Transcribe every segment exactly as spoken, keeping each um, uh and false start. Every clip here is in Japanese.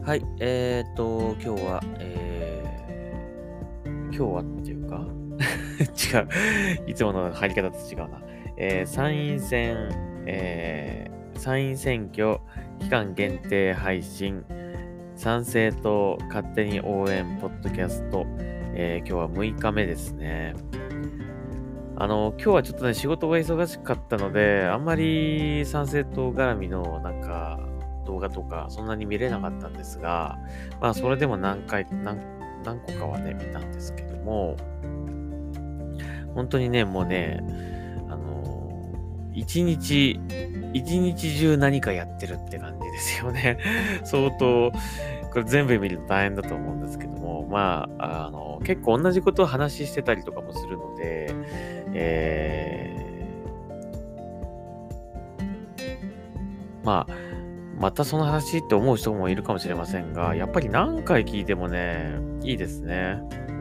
はい、えーと、今日は、えー、今日はっていうか違う。いつもの入り方と違うな。えー、参院選、えー、参院選挙期間限定配信、参政党勝手に応援ポッドキャスト、えー、今日はむいかめですね。あの、今日はちょっとね、仕事が忙しかったので、あんまり参政党絡みのなんか動画とかそんなに見れなかったんですが、まあそれでも何回、何、何個かはね、見たんですけども、本当にね、もうね、あのー一日、一日中何かやってるって感じですよね。相当、これ全部見ると大変だと思うんですけども、まあ、あの、結構同じことを話してたりとかもするので、えー、まあ、またその話って思う人もいるかもしれませんが、やっぱり何回聞いてもね、いいですね。うん、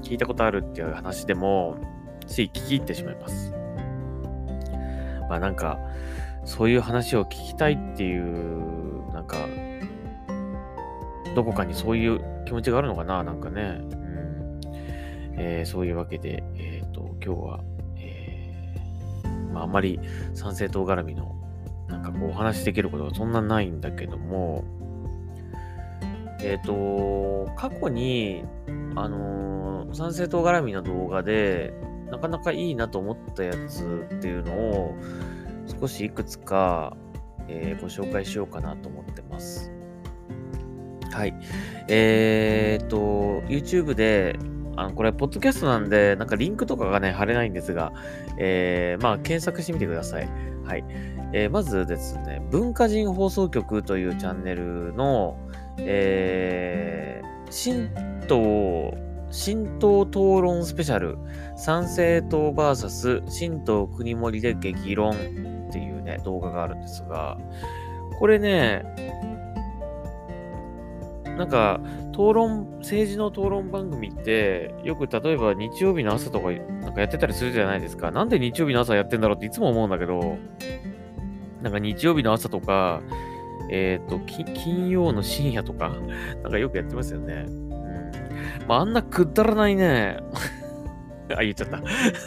聞いたことあるっていう話でも、つい聞き入ってしまいます。まあなんか、そういう話を聞きたいっていう、なんか、どこかにそういう気持ちがあるのかな、なんかね。うんえー、そういうわけで、えっと、今日は、えー、まああんまり参政党絡みの、なんかこうお話しできることがそんなないんだけども、えっと、過去に、あのー参政党絡みの動画で、なかなかいいなと思ったやつっていうのを、少しいくつか、えーご紹介しようかなと思ってます。はい。えーっと、YouTube で、あの、これ、ポッドキャストなんで、なんかリンクとかがね、貼れないんですが、えー、まあ、検索してみてください。はい。えーまずですね、文化人放送局というチャンネルの、えー、新党、新党討論スペシャル、参政党 ブイエス 新党国盛で激論っていうね、動画があるんですが、これね、なんか、討論、政治の討論番組って、よく例えば日曜日の朝とか、なんかやってたりするじゃないですか。なんで日曜日の朝やってんだろうっていつも思うんだけど、なんか日曜日の朝とか、えっと、き金曜の深夜とか、なんかよくやってますよね。うん。まあ、あんなくだらないね、あ、言っちゃった。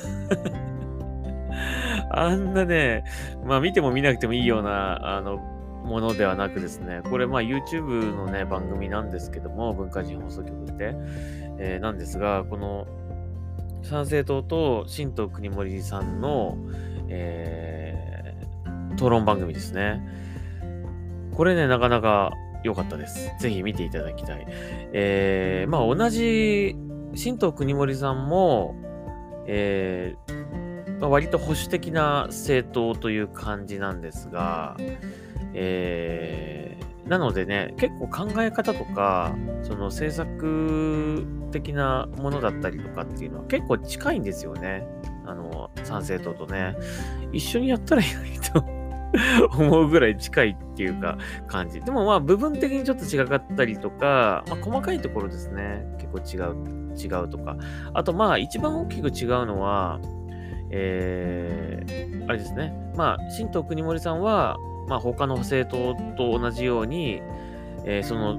あんなね、まあ見ても見なくてもいいような、あの、ものではなくですね、これまあ YouTube のね、番組なんですけども、文化人放送局って、えーなんですが、この参政党と新党国盛さんの、えー討論番組ですね。これね、なかなか良かったです。ぜひ見ていただきたい。えー、まあ同じ新党国盛さんも、えーまあ、割と保守的な政党という感じなんですが、えー、なのでね、結構考え方とか、その政策的なものだったりとかっていうのは結構近いんですよね。あの、参政党とね。一緒にやったらいいのにと思うぐらい近いっていうか感じ。でもまあ部分的にちょっと違かったりとか、まあ細かいところですね。結構違う、違うとか。あとまあ一番大きく違うのは、えー、あれですね。まあ、新党国盛さんは、まあ他の政党と同じように、えーその、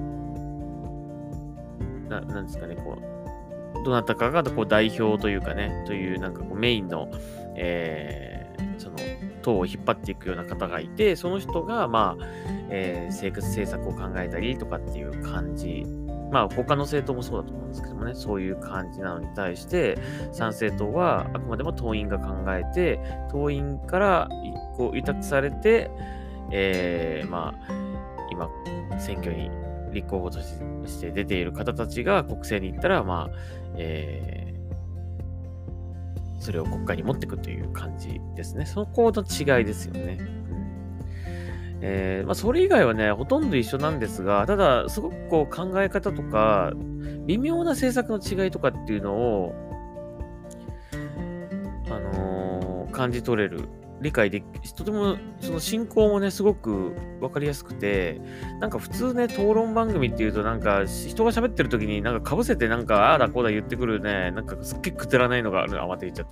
な、なんですかね、こう、どなたかがこう代表というかね、というなんかこうメインの、えーその、党を引っ張っていくような方がいて、その人が、まあ、えー生活政策を考えたりとかっていう感じ。まあ、他の政党もそうだと思うんですけどもね、そういう感じなのに対して、参政党はあくまでも党員が考えて、党員から一個委託されて、えーまあ、今、選挙に立候補として出ている方たちが国政に行ったら、まあ、えーそれを国会に持っていくという感じですね。そこの違いですよね。うんえーまあ、それ以外はね、ほとんど一緒なんですが、ただ、すごくこう考え方とか、微妙な政策の違いとかっていうのを、あのー感じ取れる。理解でき、とても、その進行もね、すごくわかりやすくて、なんか普通ね、討論番組っていうと、なんか人が喋ってる時になんか被せてなんか、ああだこうだ言ってくるね、なんかすっげえくだらないのがある。あ、また言っちゃった。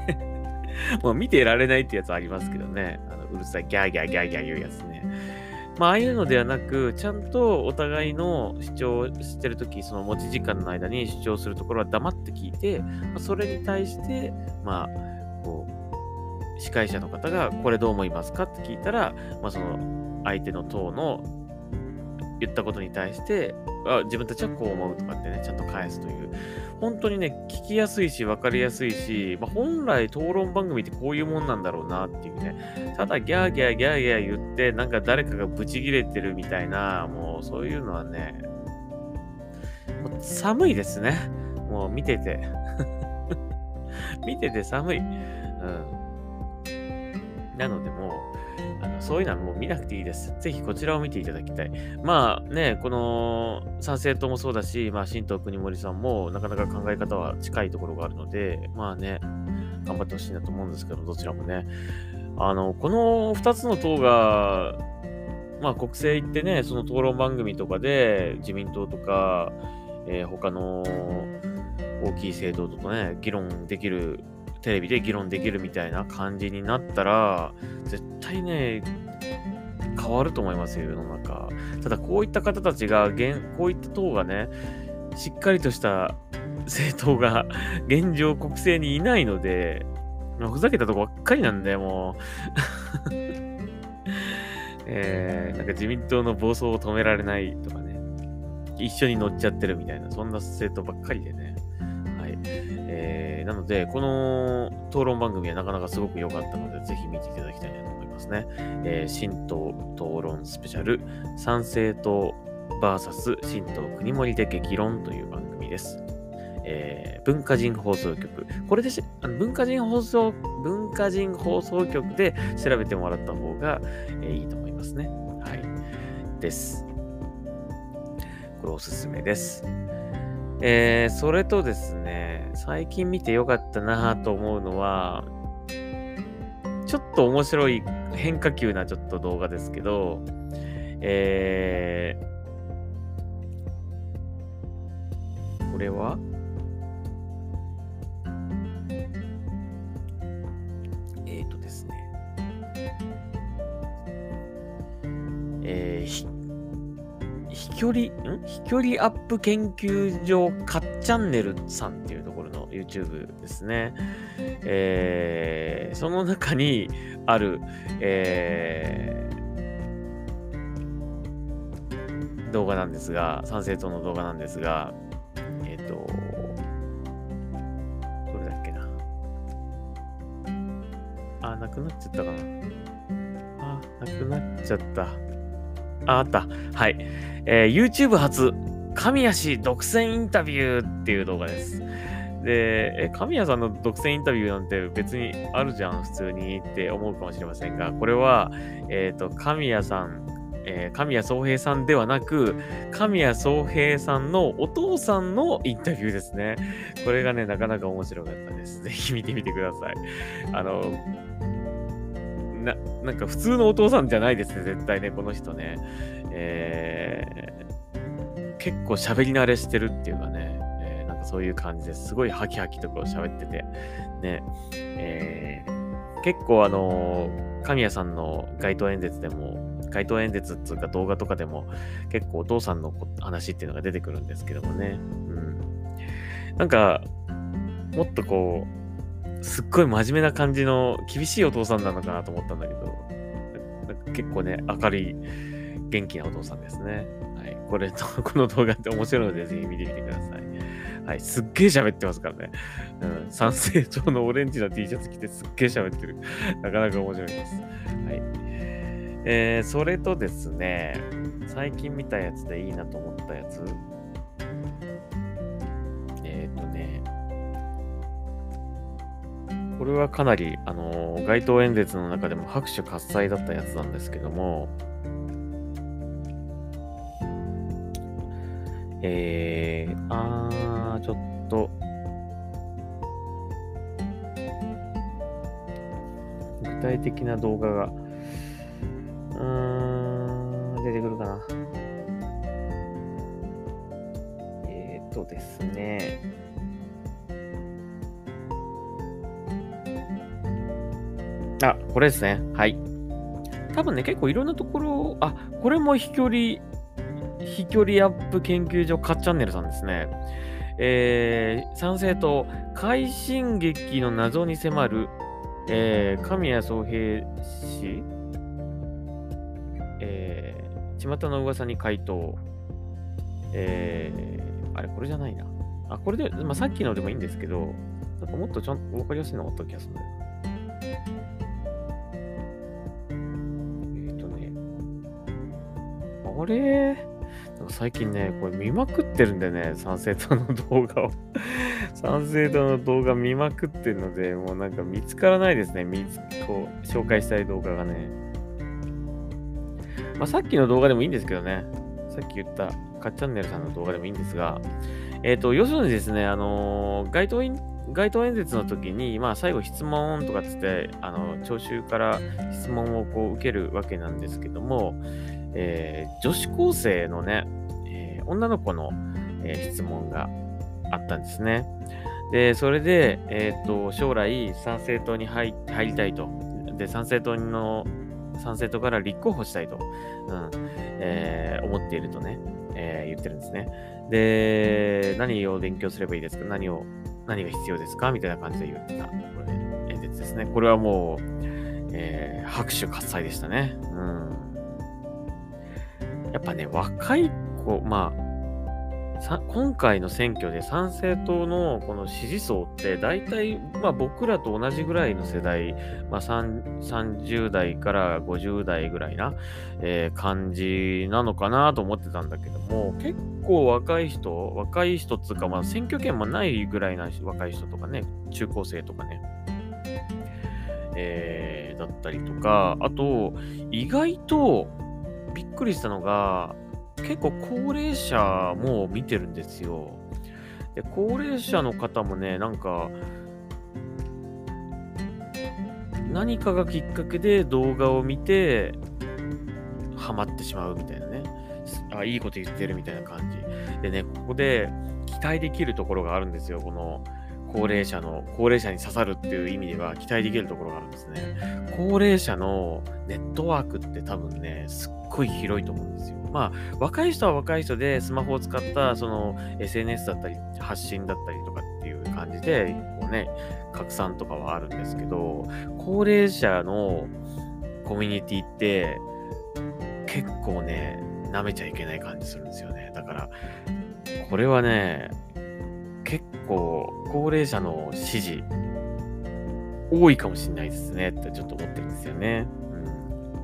もう見てられないってやつありますけどね。あの、うるさい、ギャーギャーギャーギャー言うやつね。 まあ、ああいうのではなく、ちゃんとお互いの主張してるとき、その持ち時間の間に主張するところは黙って聞いて、まあ、それに対して、まあ、こう、司会者の方がこれどう思いますかって聞いたら、まあ、その相手の党の言ったことに対して、あ、自分たちはこう思うとかってね、ちゃんと返すという。本当にね、聞きやすいし、分かりやすいし、まあ、本来討論番組ってこういうもんなんだろうなっていうね。ただギャーギャーギャーギャー言って、なんか誰かがブチ切れてるみたいな、もうそういうのはね、もう寒いですね。もう見てて。見てて寒い。うん。なのでもう、あのそういうのはもう見なくていいです。ぜひこちらを見ていただきたい。まあね、この参政党もそうだし、まあ新党国森さんもなかなか考え方は近いところがあるので、まあね、頑張ってほしいなと思うんですけど、どちらもね。あの、このふたつの党が、まあ国政行ってね、その討論番組とかで自民党とか、えー他の大きい政党とね、議論できる、テレビで議論できるみたいな感じになったら、絶対ね、変わると思いますよ、世の中。ただ、こういった方たちが、現こういった党がね、しっかりとした政党が現状国政にいないので、まあふざけたとこばっかりなんで、もう、えー、なんか自民党の暴走を止められないとかね、一緒に乗っちゃってるみたいな、そんな政党ばっかりでね。はい。えー、なので、この討論番組はなかなかすごく良かったので、ぜひ見ていただきたいなと思いますね。えー、新党討論スペシャル、参政党 ブイエス 新党国盛で激論という番組です。えー、文化人放送局。これでし、あの文化人放送、文化人放送局で調べてもらった方が、えーいいと思いますね。はい。です。これおすすめです。えー、それとですね、最近見てよかったなと思うのは、ちょっと面白い変化球なちょっと動画ですけど、えー、これはえーとですね、えー、ひ飛距離、ん飛距離アップ研究所かっチャンネルさんっていうところの YouTube ですね。えー、その中にある、えー、動画なんですが、参政党の動画なんですが、えっ、ー、と、どれだっけな。あ、なくなっちゃったかな。あ、なくなっちゃった。あ、あった。はい。えー、YouTube 初、神谷氏独占インタビューっていう動画です。で、え、神谷さんの独占インタビューなんて別にあるじゃん、普通にって思うかもしれませんが、これは、えっと、神谷さん、えー神谷宗平さんではなく、神谷宗平さんのお父さんのインタビューですね。これがね、なかなか面白かったです。ぜひ見てみてください。あの、な、なんか普通のお父さんじゃないですね、絶対ね、この人ね。えー結構喋り慣れしてるっていうかね、えーなんかそういう感じです。すごいハキハキとこう喋ってて、ね、えー結構あのー神谷さんの街頭演説でも、街頭演説っていうか動画とかでも結構お父さんのこ話っていうのが出てくるんですけどもね。うん。なんか、もっとこう、すっごい真面目な感じの厳しいお父さんなのかなと思ったんだけど、なんか結構ね、明るい、元気なお父さんですね。はい。これと、この動画って面白いので、ぜひ見てみてください。はい。すっげえ喋ってますからね。うん。参政党のオレンジの T シャツ着てすっげえ喋ってる。なかなか面白いです。はい。えー、それとですね、最近見たやつでいいなと思ったやつ。えっとね、これはかなり、あのー街頭演説の中でも拍手喝采だったやつなんですけども、えー、あー、ちょっと、具体的な動画が、うーん、出てくるかな。えーとですね、あ、これですね。はい。 多分ね、結構いろんなところ、あ、これも飛距離、飛距離アップ研究所かっチャンネルさんですね。えー、参政党、快進撃の謎に迫る、えー、神谷宗平氏、えー、巷の噂に回答、えー、あれ、これじゃないな。あ、これで、まあ、さっきのでもいいんですけど、なんかもっとちゃんとわかりやすいのがあった気がするんだよな。えっとね、あれなんか最近ね、これ見まくってるんでね、参政党の動画を。参政党の動画見まくってるので、もうなんか見つからないですね。見つこう紹介したい動画がね。まあ、さっきの動画でもいいんですけどね。さっき言ったかっチャンネルさんの動画でもいいんですが、えっと、要するにですね、あのー街頭演街頭演説の時に、まあ、最後質問とかつって、あの、聴衆から質問をこう受けるわけなんですけども、えー女子高生のね、えー女の子の、えー質問があったんですね。で、それで、えっと、将来、参政党に入入りたいと。で、参政党の、参政党から立候補したいと、うんえー思っているとね、えー言ってるんですね。で、何を勉強すればいいですか何を、何が必要ですかみたいな感じで言ってた、これ、演説ですね。これはもう、えー拍手喝采でしたね。うん。やっぱね、若い子、まあ、さ今回の選挙で参政党のこの支持層って大体、まあ、僕らと同じぐらいの世代、まあ、さんさんじゅう代からごじゅう代ぐらいな、えー感じなのかなと思ってたんだけども、結構若い人、若い人っつうか、まあ、選挙権もないぐらいな若い人とかね、中高生とかね、えーだったりとか、あと、意外とびっくりしたのが、結構高齢者も見てるんですよ。で、高齢者の方もね、なんか、何かがきっかけで動画を見て、ハマってしまうみたいなね。あ、いいこと言ってるみたいな感じ。でね、ここで期待できるところがあるんですよ。この高齢者の、高齢者に刺さるっていう意味では期待できるところがあるんですね。高齢者のネットワークって多分ね、すっごい広いと思うんですよ。まあ、若い人は若い人でスマホを使ったその エスエヌエス だったり発信だったりとかっていう感じで、こうね、拡散とかはあるんですけど、高齢者のコミュニティって結構ね、舐めちゃいけない感じするんですよね。だから、これはね、結構高齢者の支持多いかもしれないですねってちょっと思ってるんですよね。うん、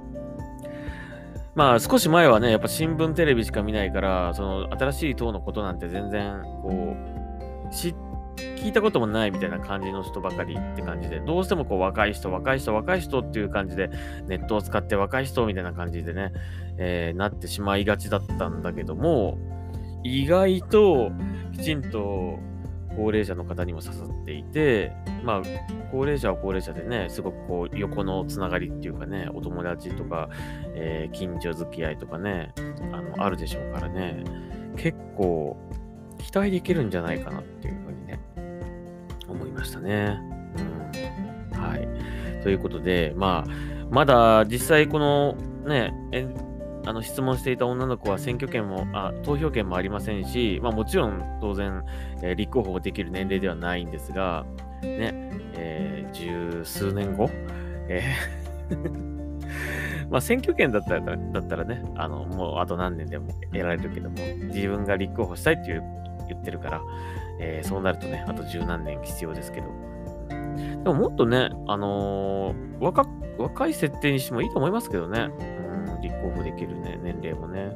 まあ少し前はね、やっぱ新聞テレビしか見ないから、その新しい党のことなんて全然こう、知聞いたこともないみたいな感じの人ばかりって感じで、どうしてもこう若い人、若い人、若い人っていう感じで、ネットを使って若い人みたいな感じでね、えーなってしまいがちだったんだけども、意外ときちんと高齢者の方にも刺さっていて、まあ、高齢者は高齢者でね、すごくこう、横のつながりっていうかね、お友達とか、えー近所付き合いとかね、あの、あるでしょうからね、結構、期待できるんじゃないかなっていうふうにね、思いましたね。うん。はい。ということで、まあ、まだ実際このね、えあの質問していた女の子は選挙権も、あ、投票権もありませんし、まあもちろん当然、えー立候補できる年齢ではないんですが、ね、えー十数年後、えーまあ選挙権だったら、だったらね、あの、もうあと何年でも得られるけども、自分が立候補したいっていう言ってるから、えーそうなるとね、あと十何年必要ですけど、でももっとね、あのー若若い設定にしてもいいと思いますけどね。うん、立候補できるね、年齢もね。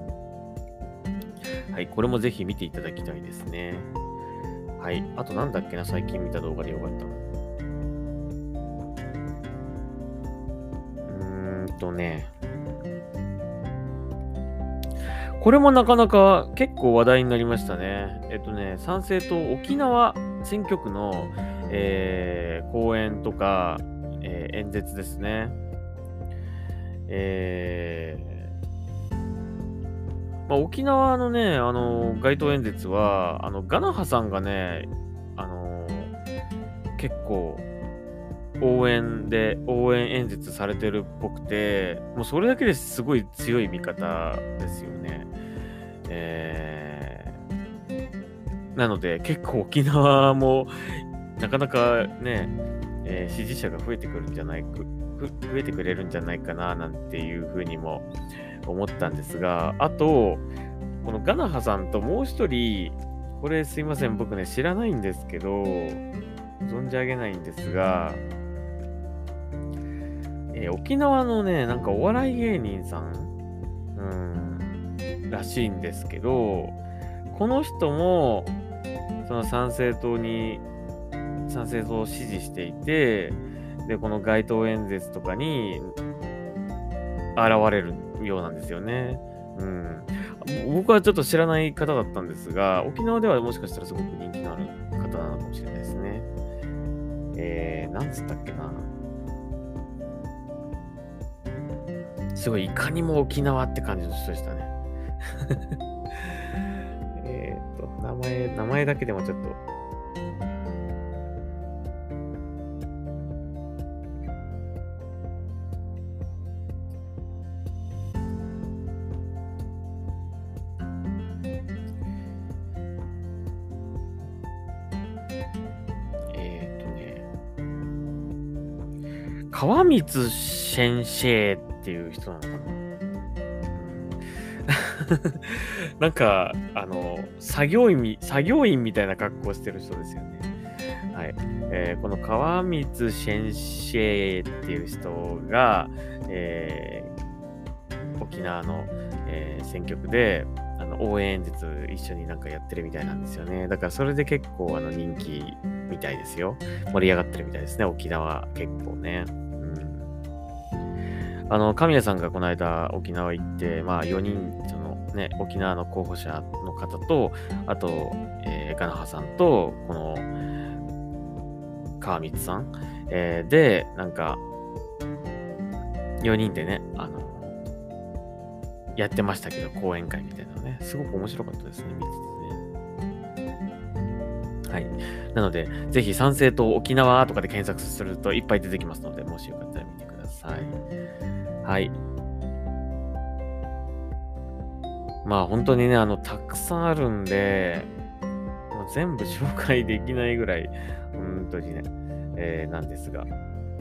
はい、これもぜひ見ていただきたいですね。はい、あとなんだっけな、最近見た動画でよかったの。うーんとね、これもなかなか結構話題になりましたね。えっとね、参政党沖縄選挙区の、えー講演とか、えー演説ですね。えーまあ、沖縄のね、あの、街頭演説は、あの、ガナハさんがね、あの、結構応援で、応援演説されてるっぽくて、もうそれだけですごい強い味方ですよね。えー、なので結構沖縄もなかなかね、えー支持者が増えてくるんじゃないく、ふ増えてくれるんじゃないかななんていうふうにも思ったんですが、あと、このガナハさんともう一人、これすいません、僕ね、知らないんですけど、存じ上げないんですが、えー沖縄のね、なんかお笑い芸人さん、うん、らしいんですけど、この人も、その参政党に、参政党を支持していて、で、この街頭演説とかに現れるようなんですよね。うん。僕はちょっと知らない方だったんですが、沖縄ではもしかしたらすごく人気のある方なのかもしれないですね。えー、なんつったっけな。すごい、いかにも沖縄って感じの人でしたね。えーっと、名前、名前だけでもちょっと、えーっとね、川光先生っていう人なのかな。なんか、あの、作業員み、作業員みたいな格好をしてる人ですよね。はい。えーこの川光先生っていう人が、えー沖縄の、えー選挙区で、あの、応援演説一緒になんかやってるみたいなんですよね。だからそれで結構あの人気みたいですよ。盛り上がってるみたいですね、沖縄結構ね。うん。あの、神谷さんがこの間沖縄行って、まあよにん、そのね、沖縄の候補者の方と、あと、えーガナハさんと、この川光さん、えーで、なんか、よにんでね、あの、やってましたけど、講演会みたいなのね、すごく面白かったですね、見ててね。はい。なので、ぜひ参政党沖縄とかで検索するといっぱい出てきますので、もしよかったら見てください。はい。まあ本当にね、あの、たくさんあるんで、もう全部紹介できないぐらい、本当にね、えーなんですが。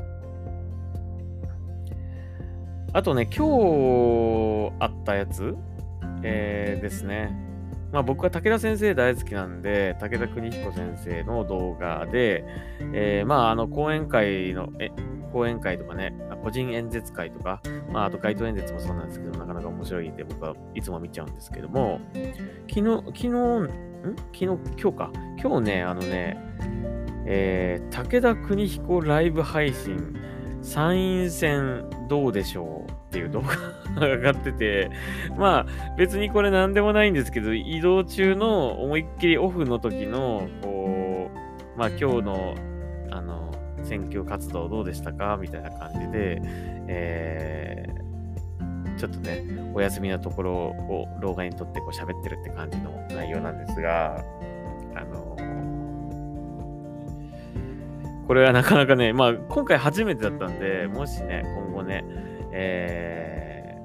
あとね、今日あったやつ、えーですね。まあ僕は武田先生大好きなんで、武田邦彦先生の動画で、えーまああの講演会の、え、講演会とかね、あ個人演説会とか、まああと街頭演説もそうなんですけど、なかなか面白いんで僕はいつも見ちゃうんですけども、昨日、昨日、ん昨日、今日か。今日ね、あのね、えー武田邦彦ライブ配信、参院選どうでしょうっていう動画が上がってて、まあ別にこれなんでもないんですけど、移動中の思いっきりオフの時の、こう、まあ今日の、あの、選挙活動どうでしたかみたいな感じで、えー、ちょっとね、お休みのところを動画に撮ってこう喋ってるって感じの内容なんですが、あの、これはなかなかね、まあ今回初めてだったんで、もしね、今後ね、え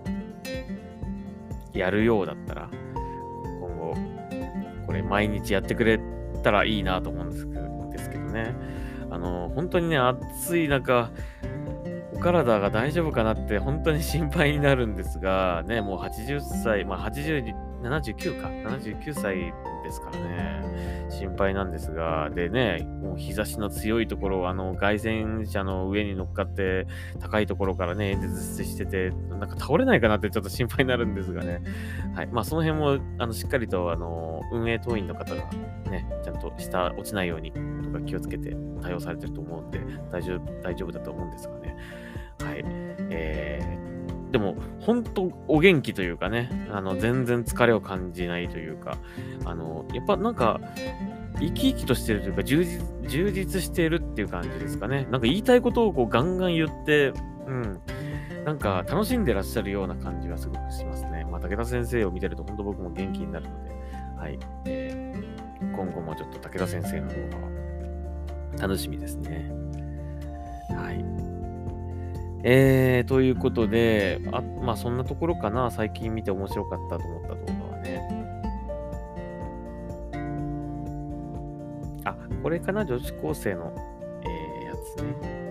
ー、やるようだったら、今後、これ毎日やってくれたらいいなと思うんですけどですけどね。あの、本当にね、暑い中、お体が大丈夫かなって本当に心配になるんですが、ね、もうはちじゅっさい、まあはちじゅう、ななじゅうきゅうか、ななじゅうきゅうさいですからね、心配なんですが、でね、もう日差しの強いところ、あの、街宣車の上に乗っかって、高いところからね、演説してて、なんか倒れないかなってちょっと心配になるんですがね。はい。まあ、その辺も、あの、しっかりと、あの、運営党員の方がね、ちゃんと下落ちないようにとか気をつけて対応されてると思うんで、大丈夫、大丈夫だと思うんですがね。はい。えー、でも、本当お元気というかね、あの、全然疲れを感じないというか、あの、やっぱなんか、生き生きとしてるというか、充実、充実しているっていう感じですかね。なんか言いたいことをこうガンガン言って、うん、なんか楽しんでらっしゃるような感じがすごくしますね。まあ、武田先生を見てると本当僕も元気になるので、はい。えー、今後もちょっと武田先生の動画は楽しみですね。 えー、ということで、あ、まあそんなところかな。最近見て面白かったと思った動画はね。あ、これかな、女子高生の、えー、やつね。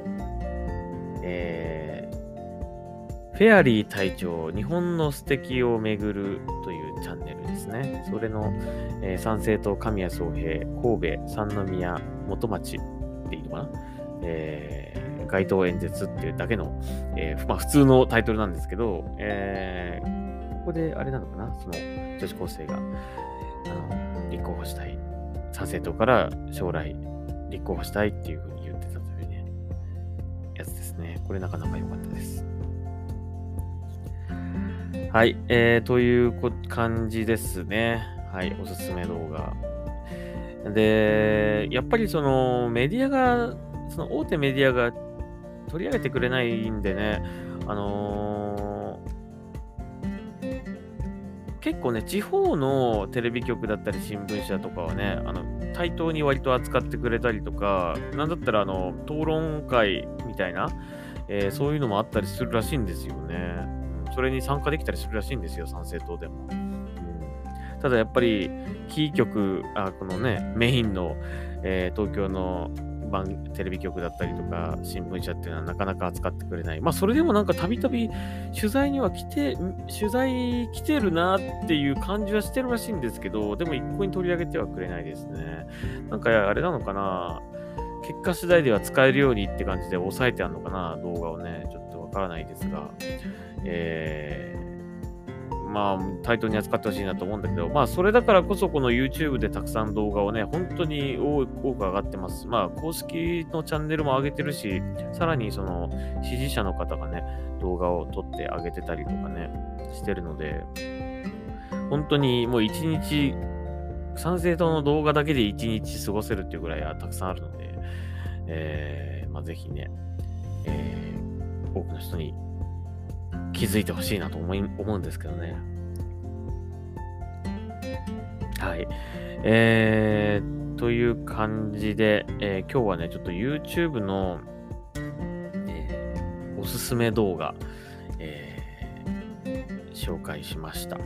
えー、フェアリー隊長、日本の素敵をめぐるというチャンネルですね。それの、えー、参政党神谷宗平、神戸三宮元町っていいのかな、えー、街頭演説っていうだけの、えーまあ、普通のタイトルなんですけど、えー、ここであれなのかな、その女子高生があの立候補したい、参政党から将来立候補したいっていうふうに言ってたというね、やつですね。これなかなか良かったです。はい、えー、という感じですね。はい、おすすめ動画。で、やっぱりそのメディアが、その大手メディアが取り上げてくれないんでね、あのー、結構ね、地方のテレビ局だったり新聞社とかはね、あの対等に割と扱ってくれたりとか、なんだったらあの討論会みたいな、えー、そういうのもあったりするらしいんですよね。それに参加できたりするらしいんですよ、参政党でも。うん、ただやっぱり、キー局、あこのね、メインの、えー、東京の番テレビ局だったりとか、新聞社っていうのはなかなか扱ってくれない。まあ、それでもなんかたびたび取材には来て、取材来てるなっていう感じはしてるらしいんですけど、でも一向に取り上げてはくれないですね。なんかあれなのかな、結果次第では使えるようにって感じで抑えてあるのかな、動画をね、ちょっとわからないですが、えー、まあ、対等に扱ってほしいなと思うんだけど、まあ、それだからこそ、この YouTube でたくさん動画をね、本当に多く上がってます。まあ、公式のチャンネルも上げてるし、さらにその、支持者の方がね、動画を撮って上げてたりとかね、してるので、本当にもう一日、参政党の動画だけで一日過ごせるっていうぐらいはたくさんあるので、えー、まあ、ぜひね、えー、多くの人に気づいてほしいなと思い、思うんですけどね。はい。えー、という感じで、えー、今日はね、ちょっと YouTube の、えー、おすすめ動画、えー、紹介しました。はい。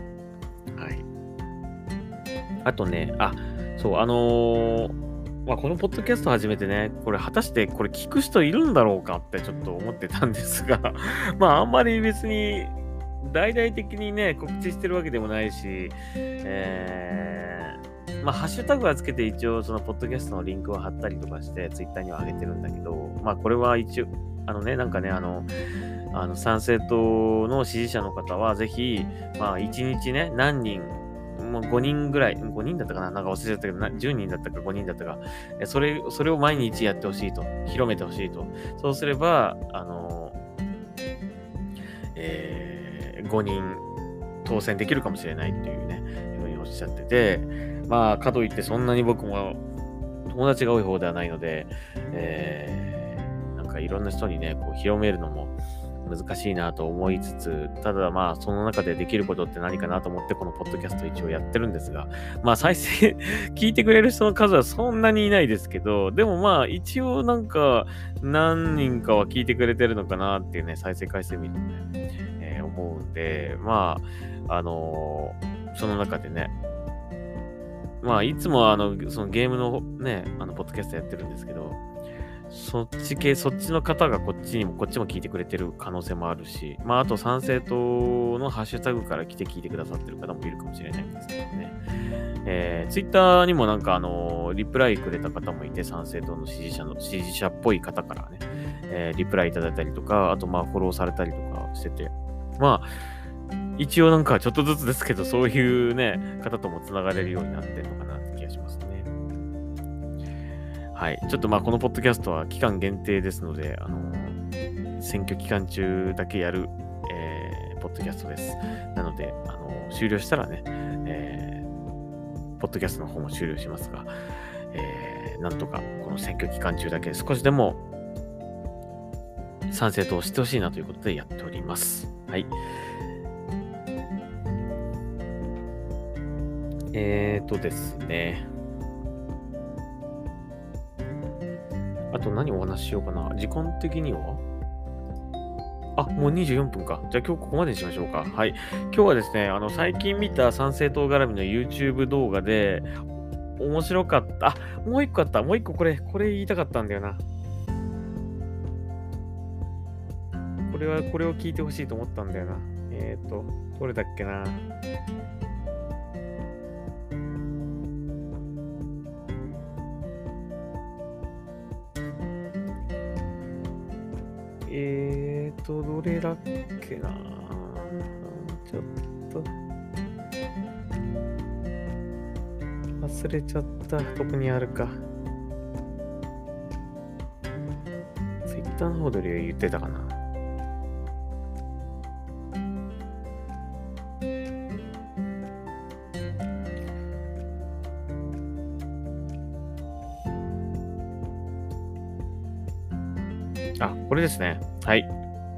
あとね、あ、そう、あのー、まあ、このポッドキャスト始めてね、これ果たしてこれ聞く人いるんだろうかってちょっと思ってたんですが、まああんまり別に大々的にね、告知してるわけでもないし、えー、まあハッシュタグはつけて一応そのポッドキャストのリンクを貼ったりとかしてツイッターには上げてるんだけど、まあこれは一応、あのね、なんかね、あの、あの参政党の支持者の方はぜひ、まあ一日ね、何人、もうごにんぐらい、ごにんだったかな、なんか忘れちゃったけど、なじゅうにんだったかごにんだったか、それ、それを毎日やってほしいと、広めてほしいと。そうすれば、あの、えー、ごにん当選できるかもしれないっていうね、ふうにおっしゃってて、まあ、かといってそんなに僕も友達が多い方ではないので、えー、なんかいろんな人にね、こう広めるのも、難しいなと思いつつ、ただまあその中でできることって何かなと思ってこのポッドキャスト一応やってるんですが、まあ再生聞いてくれる人の数はそんなにいないですけど、でもまあ一応なんか何人かは聞いてくれてるのかなっていうね、再生回数見るとね、えー、思うんで、まあ、あのー、その中でね、まあいつもあの、そのゲームのね、あの、ポッドキャストやってるんですけど、そっち系、そっちの方がこっちにも、こっちも聞いてくれてる可能性もあるし、まあ、あと、参政党のハッシュタグから来て聞いてくださってる方もいるかもしれないんですけどね。えー、ツイッターにもなんか、あのー、リプライくれた方もいて、参政党の支持者の、支持者っぽい方からね、えー、リプライいただいたりとか、あと、まあ、フォローされたりとかしてて、まあ、一応なんか、ちょっとずつですけど、そういうね、方とも繋がれるようになってるのかなって気がしますね。はい。ちょっとまあこのポッドキャストは期間限定ですので、あのー、選挙期間中だけやる、えー、ポッドキャストです。なので、あのー、終了したらね、えー、ポッドキャストの方も終了しますが、えー、なんとかこの選挙期間中だけ少しでも参政党をしてほしいなということでやっております。はい。えーとですね。あと何お話ししようかな。時間的にはあ、もうにじゅうよんぷんか。じゃあ今日ここまでにしましょうか。はい。今日はですね、あの、最近見た参政党絡みの YouTube 動画で、面白かった。あ、もう一個あった。もう一個これ、これ言いたかったんだよな。これは、これを聞いてほしいと思ったんだよな。えっと、どれだっけな。えーと、どれだっけな。ちょっと。忘れちゃった。どこにあるか。Twitter の方で言ってたかな。あ、これですね。はい。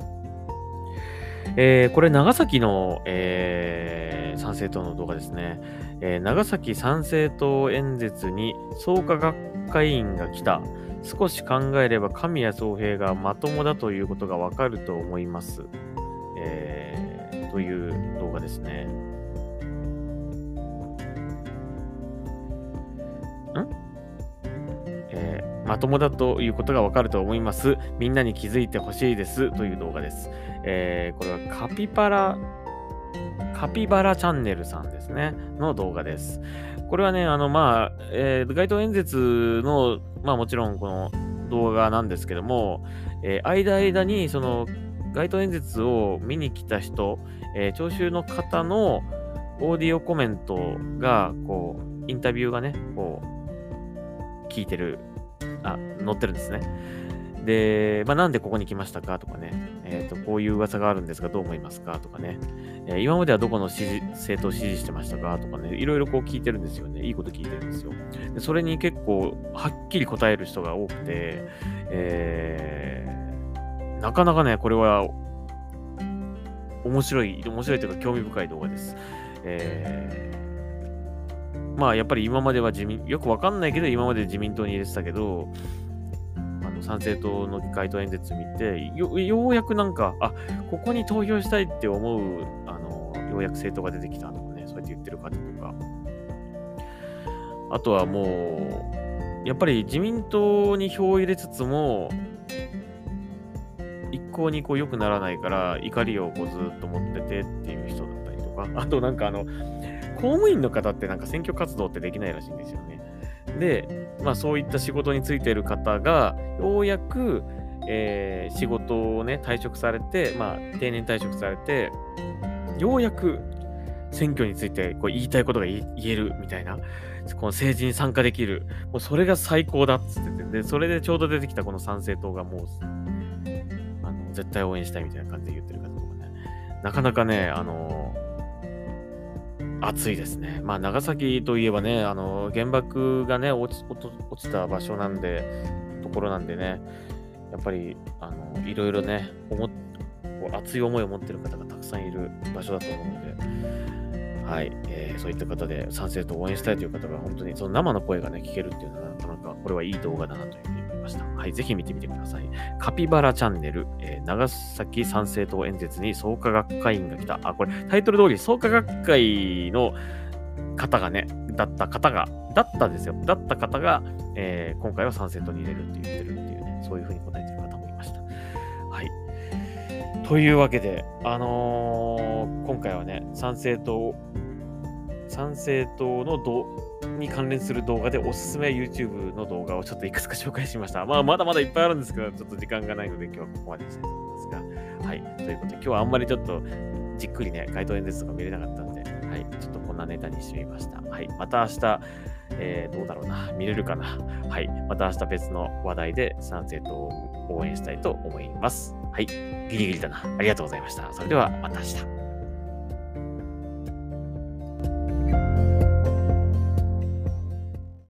えー、これ長崎の、えー、参政党の動画ですね。えー、長崎参政党演説に創価学会員が来た。少し考えれば神谷宗平がまともだということがわかると思います。えー、という動画ですね。んえー、まともだということがわかると思います。みんなに気づいてほしいです。という動画です。えー、これはカピバラ、カピバラチャンネルさんですね。の動画です。これはね、あの、まあ、えー、街頭演説の、まあもちろんこの動画なんですけども、えー、間々にその街頭演説を見に来た人、えー、聴衆の方のオーディオコメントが、こう、インタビューがね、こう、聞いてる、あ、載ってるんですね。で、まあ、なんでここに来ましたかとかね、えっと、こういう噂があるんですがどう思いますかとかね、えー今まではどこの支持政党を支持してましたかとかね、いろいろこう聞いてるんですよね。いいこと聞いてるんですよ。でそれに結構はっきり答える人が多くて、えーなかなかね、これは面白い、面白いというか興味深い動画です。えーまあやっぱり今までは自民、よくわかんないけど今まで自民党に入れてたけど、あの参政党の街頭演説見てよ、ようやくなんか、あ、ここに投票したいって思う、あの、ようやく政党が出てきたとかね、そうやって言ってる方とか、あとはもう、やっぱり自民党に票を入れつつも、一向にこう良くならないから怒りをこうずっと持っててっていう人だったりとか、あとなんかあの、公務員の方ってなんか選挙活動ってできないらしいんですよね。で、まあそういった仕事に就いている方が、ようやく、えー仕事をね、退職されて、まあ定年退職されて、ようやく選挙についてこう言いたいことが言え言えるみたいな、この政治に参加できる、もうそれが最高だっつってて、で、それでちょうど出てきたこの参政党がもう、あの、絶対応援したいみたいな感じで言ってる方とかね、なかなかね、あの、暑いですね。まあ、長崎といえばね、あの、原爆がね、落ち、落ち落ちた場所なんで、ところなんでね、やっぱり、あの、いろいろね、思っこう熱い思いを持っている方がたくさんいる場所だと思うので、はい、えーそういった方で賛成と応援したいという方が本当にその生の声がね、聞けるっていうのはなかなかこれはいい動画だなというふうに思いました。はい、ぜひ見てみてください。カピバラチャンネル、えー長崎参政党演説に創価学会員が来た。あ、これタイトル通り創価学会の方がね、だった方が、だったんですよ。だった方が、えー今回は参政党に入れるって言ってるっていうね、そういうふうに答えてる方もいました。はい。というわけで、あのー今回はね、参政党、参政党のどに関連する動画でおすすめ YouTube の動画をちょっといくつか紹介しました。まあ、まだまだいっぱいあるんですけど、ちょっと時間がないので今日はここまでにしたいと思いますが、はい。ということで、今日はあんまりちょっとじっくりね、街頭演説とか見れなかったんで、はい。ちょっとこんなネタにしてみました。はい。また明日、えーどうだろうな。見れるかな。はい。また明日別の話題で参政党を応援したいと思います。はい。ギリギリだな。ありがとうございました。それではまた明日。